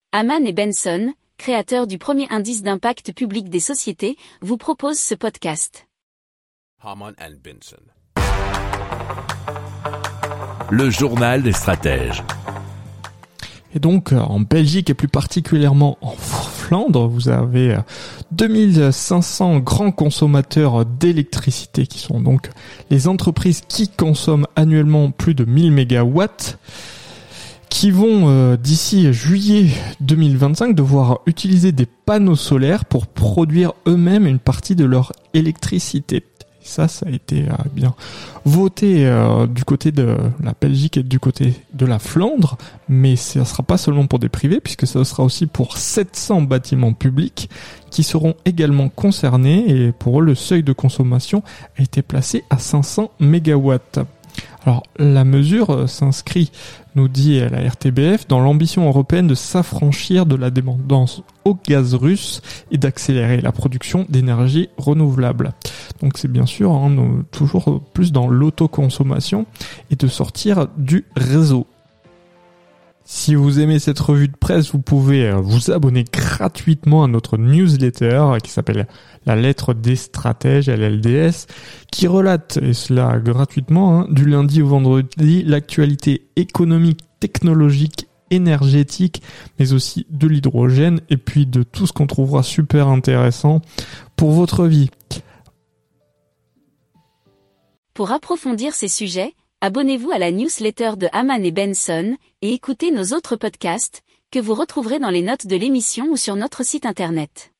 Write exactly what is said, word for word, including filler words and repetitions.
Hamann et Benson, créateurs du premier indice d'impact public des sociétés, vous proposent ce podcast. Hamann and Benson. Le journal des stratèges. Et donc, en Belgique et plus particulièrement en Flandre, vous avez deux mille cinq cents grands consommateurs d'électricité qui sont donc les entreprises qui consomment annuellement plus de mille mégawatts, qui vont euh, d'ici juillet deux mille vingt-cinq devoir utiliser des panneaux solaires pour produire eux-mêmes une partie de leur électricité. Ça, ça a été euh, bien voté euh, du côté de la Belgique et du côté de la Flandre, mais ça ne sera pas seulement pour des privés, puisque ça sera aussi pour sept cents bâtiments publics qui seront également concernés, et pour eux, le seuil de consommation a été placé à cinq cents mégawatts. Alors, la mesure s'inscrit, nous dit la R T B F, dans l'ambition européenne de s'affranchir de la dépendance au gaz russe et d'accélérer la production d'énergie renouvelable. Donc c'est bien sûr hein, toujours plus dans l'autoconsommation et de sortir du réseau. Si vous aimez cette revue de presse, vous pouvez vous abonner gratuitement à notre newsletter qui s'appelle La Lettre des Stratèges, L L D S, qui relate, et cela gratuitement, hein, du lundi au vendredi, l'actualité économique, technologique, énergétique, mais aussi de l'hydrogène, et puis de tout ce qu'on trouvera super intéressant pour votre vie. Pour approfondir ces sujets, abonnez-vous à la newsletter de Hamann et Benson et écoutez nos autres podcasts que vous retrouverez dans les notes de l'émission ou sur notre site internet.